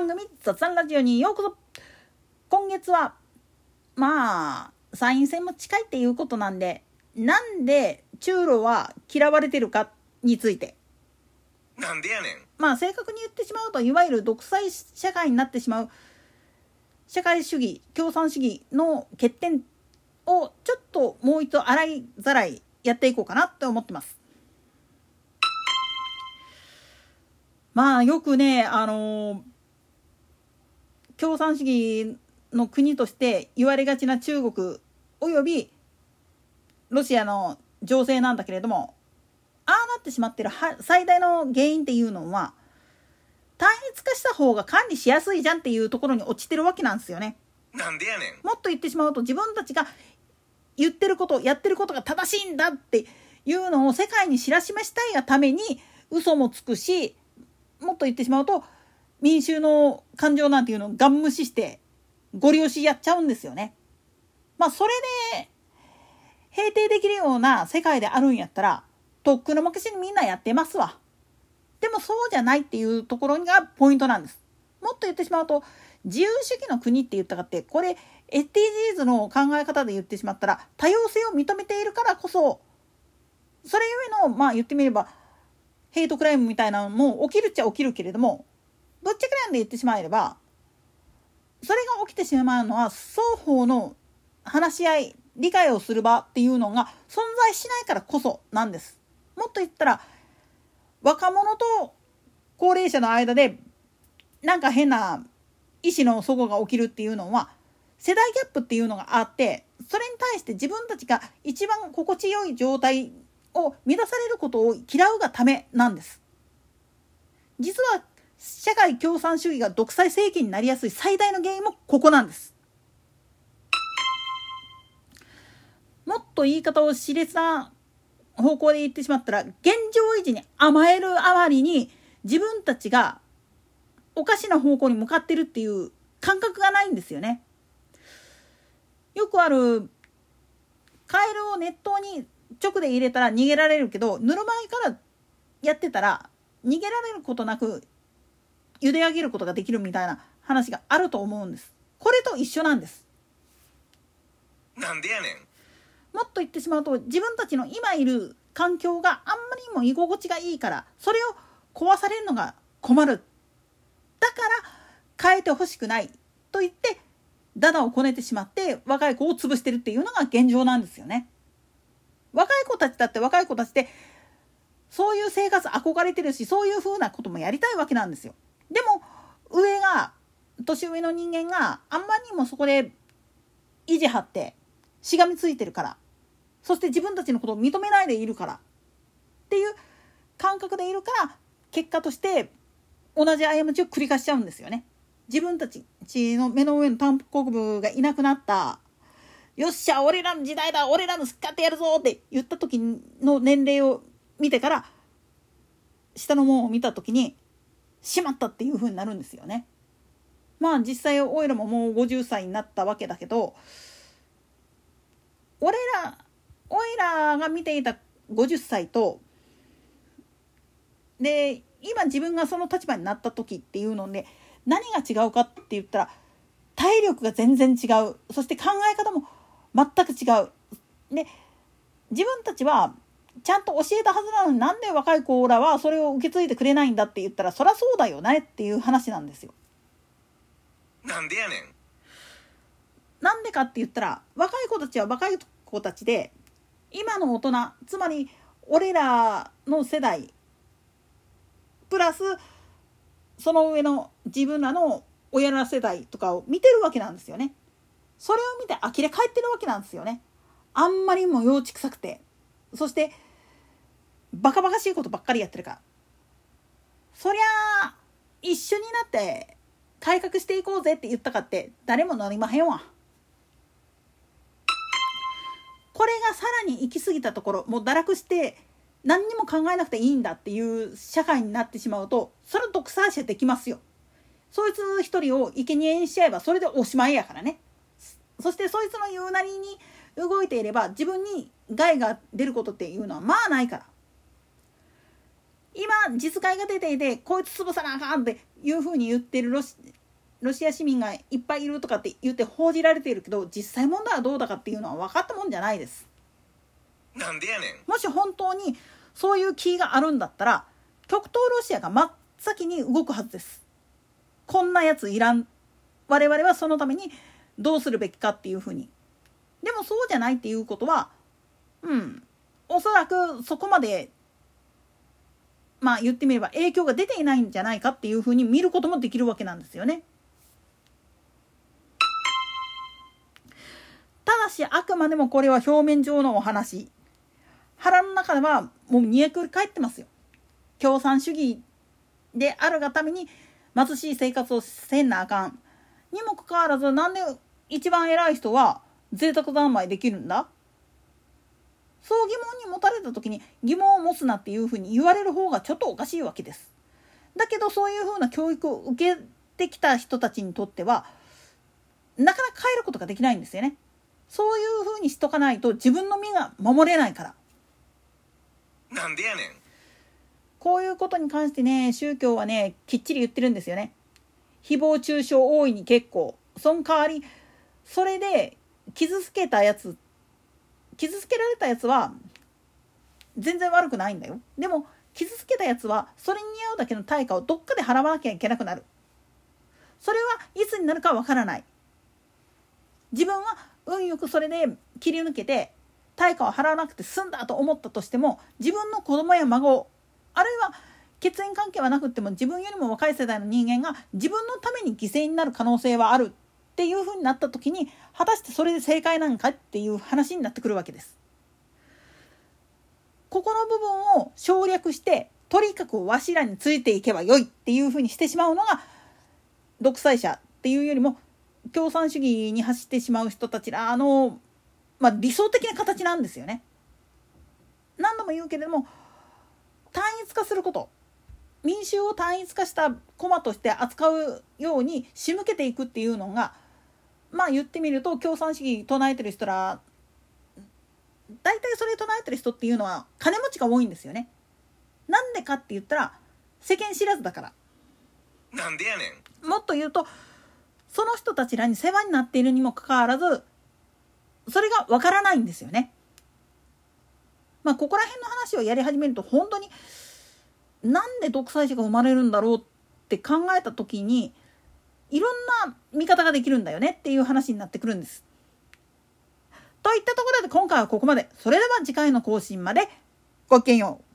番組雑談ラジオにようこそ。今月は参院選も近いっていうことなんで、なんで中ロは嫌われてるかについて。 なんでやねん。 正確に言ってしまうと、いわゆる独裁社会になってしまう社会主義共産主義の欠点をちょっともう一度洗いざらいやっていこうかなって思ってます。よくね、共産主義の国として言われがちな中国およびロシアの情勢なんだけれども、ああなってしまっている最大の原因っていうのは、単一化した方が管理しやすいじゃんっていうところに落ちてるわけなんですよね。 なんでやねん。 もっと言ってしまうと、自分たちが言ってることやってることが正しいんだっていうのを世界に知らしめしたいがために嘘もつくし、もっと言ってしまうと民衆の感情なんていうのをガン無視してご利用しやっちゃうんですよね。それで平定できるような世界であるんやったら、とっくの昔にみんなやってますわ。でもそうじゃないっていうところがポイントなんです。もっと言ってしまうと、自由主義の国って言ったかって、これ SDGs の考え方で言ってしまったら、多様性を認めているからこそ、それゆえの言ってみればヘイトクライムみたいなのも起きるっちゃ起きるけれども、ぶっちゃけなんで言ってしまえれば、それが起きてしまうのは双方の話し合い、理解をする場っていうのが存在しないからこそなんです。もっと言ったら、若者と高齢者の間でなんか変な意思の齟齬が起きるっていうのは、世代ギャップっていうのがあって、それに対して自分たちが一番心地よい状態を乱されることを嫌うがためなんです。実は社会共産主義が独裁政権になりやすい最大の原因もここなんです。もっと言い方を熾烈な方向で言ってしまったら、現状維持に甘えるあまりに自分たちがおかしな方向に向かってるっていう感覚がないんですよね。よくある、カエルを熱湯に直で入れたら逃げられるけど、ぬるま湯からやってたら逃げられることなく茹で上げることができるみたいな話があると思うんです。これと一緒なんです。 なんでやねん。 もっと言ってしまうと、自分たちの今いる環境があんまりにも居心地がいいから、それを壊されるのが困る。だから変えてほしくないと言ってダダをこねてしまって若い子を潰してるっていうのが現状なんですよね。若い子たちだって若い子たちでそういう生活憧れてるし、そういう風なこともやりたいわけなんですよ。でも年上の人間があんまりにもそこで意地張ってしがみついてるから、そして自分たちのことを認めないでいるからっていう感覚でいるから、結果として同じ過ちを繰り返しちゃうんですよね。自分たちの目の上の単国部がいなくなった、よっしゃ俺らの時代だ、俺らの使ってやるぞって言った時の年齢を見てから、下のものを見た時にしまったっていう風になるんですよね。実際おいらももう50歳になったわけだけど、おいらが見ていた50歳とで今自分がその立場になった時っていうので、何が違うかって言ったら、体力が全然違う。そして考え方も全く違う。で、自分たちはちゃんと教えたはずなのに、なんで若い子らはそれを受け継いでくれないんだって言ったら、そりゃそうだよねっていう話なんですよ。 なんでやねん。 なんでかって言ったら、若い子たちは若い子たちで、今の大人、つまり俺らの世代プラスその上の自分らの親ら世代とかを見てるわけなんですよね。それを見て呆れ返ってるわけなんですよね。あんまりにも幼稚臭くて、そしてバカバカしいことばっかりやってるから。そりゃあ一緒になって改革していこうぜって言ったかって誰もなりまへんわ。これがさらに行き過ぎたところ、もう堕落して何にも考えなくていいんだっていう社会になってしまうと、それは独裁者できますよ。そいつ一人を生贄にしちゃえばそれでおしまいやからね。そしてそいつの言うなりに動いていれば、自分に害が出ることっていうのはないから。今実害が出ていて、こいつ潰さなあかんっていうふうに言ってるロシア市民がいっぱいいるとかって言って報じられているけど、実際問題はどうだかっていうのは分かったもんじゃないです。 なんでやねん。 もし本当にそういう気があるんだったら、極東ロシアが真っ先に動くはずです。こんなやついらん、我々はそのためにどうするべきかっていうふうに。でもそうじゃないっていうことは、おそらくそこまで言ってみれば影響が出ていないんじゃないかっていうふうに見ることもできるわけなんですよね。ただしあくまでもこれは表面上のお話。腹の中ではもう煮えくり返ってますよ。共産主義であるがために貧しい生活をせんなあかんにもかかわらず、なんで一番偉い人は贅沢三昧できるんだ。そう疑問に持たれた時に疑問を持つなっていうふうに言われる方がちょっとおかしいわけです。だけどそういうふうな教育を受けてきた人たちにとってはなかなか変えることができないんですよね。そういうふうにしとかないと自分の身が守れないから。 なんでやねん。 こういうことに関してね、宗教はねきっちり言ってるんですよね。誹謗中傷大いに結構、その代わりそれで傷つけられたやつは全然悪くないんだよ。でも傷つけたやつはそれに合うだけの対価をどっかで払わなきゃいけなくなる。それはいつになるかわからない。自分は運よくそれで切り抜けて対価を払わなくて済んだと思ったとしても、自分の子供や孫、あるいは血縁関係はなくっても自分よりも若い世代の人間が自分のために犠牲になる可能性はあるっていうふうになった時に、果たしてそれで正解なんかっていう話になってくるわけです。ここの部分を省略して、とにかくわしらについていけばよいっていうふうにしてしまうのが独裁者っていうよりも共産主義に走ってしまう人たちら理想的な形なんですよね。何度も言うけれども、単一化すること、民衆を単一化した駒として扱うように仕向けていくっていうのが、言ってみると共産主義唱えてる人ら、大体それ唱えてる人っていうのは金持ちが多いんですよね。なんでかって言ったら世間知らずだから。 なんでやねん。 もっと言うと、その人たちらに世話になっているにもかかわらずそれがわからないんですよね。ここら辺の話をやり始めると、本当になんで独裁者が生まれるんだろうって考えた時に、いろんな見方ができるんだよねっていう話になってくるんです。といったところで今回はここまで。それでは次回の更新までごきげんよう。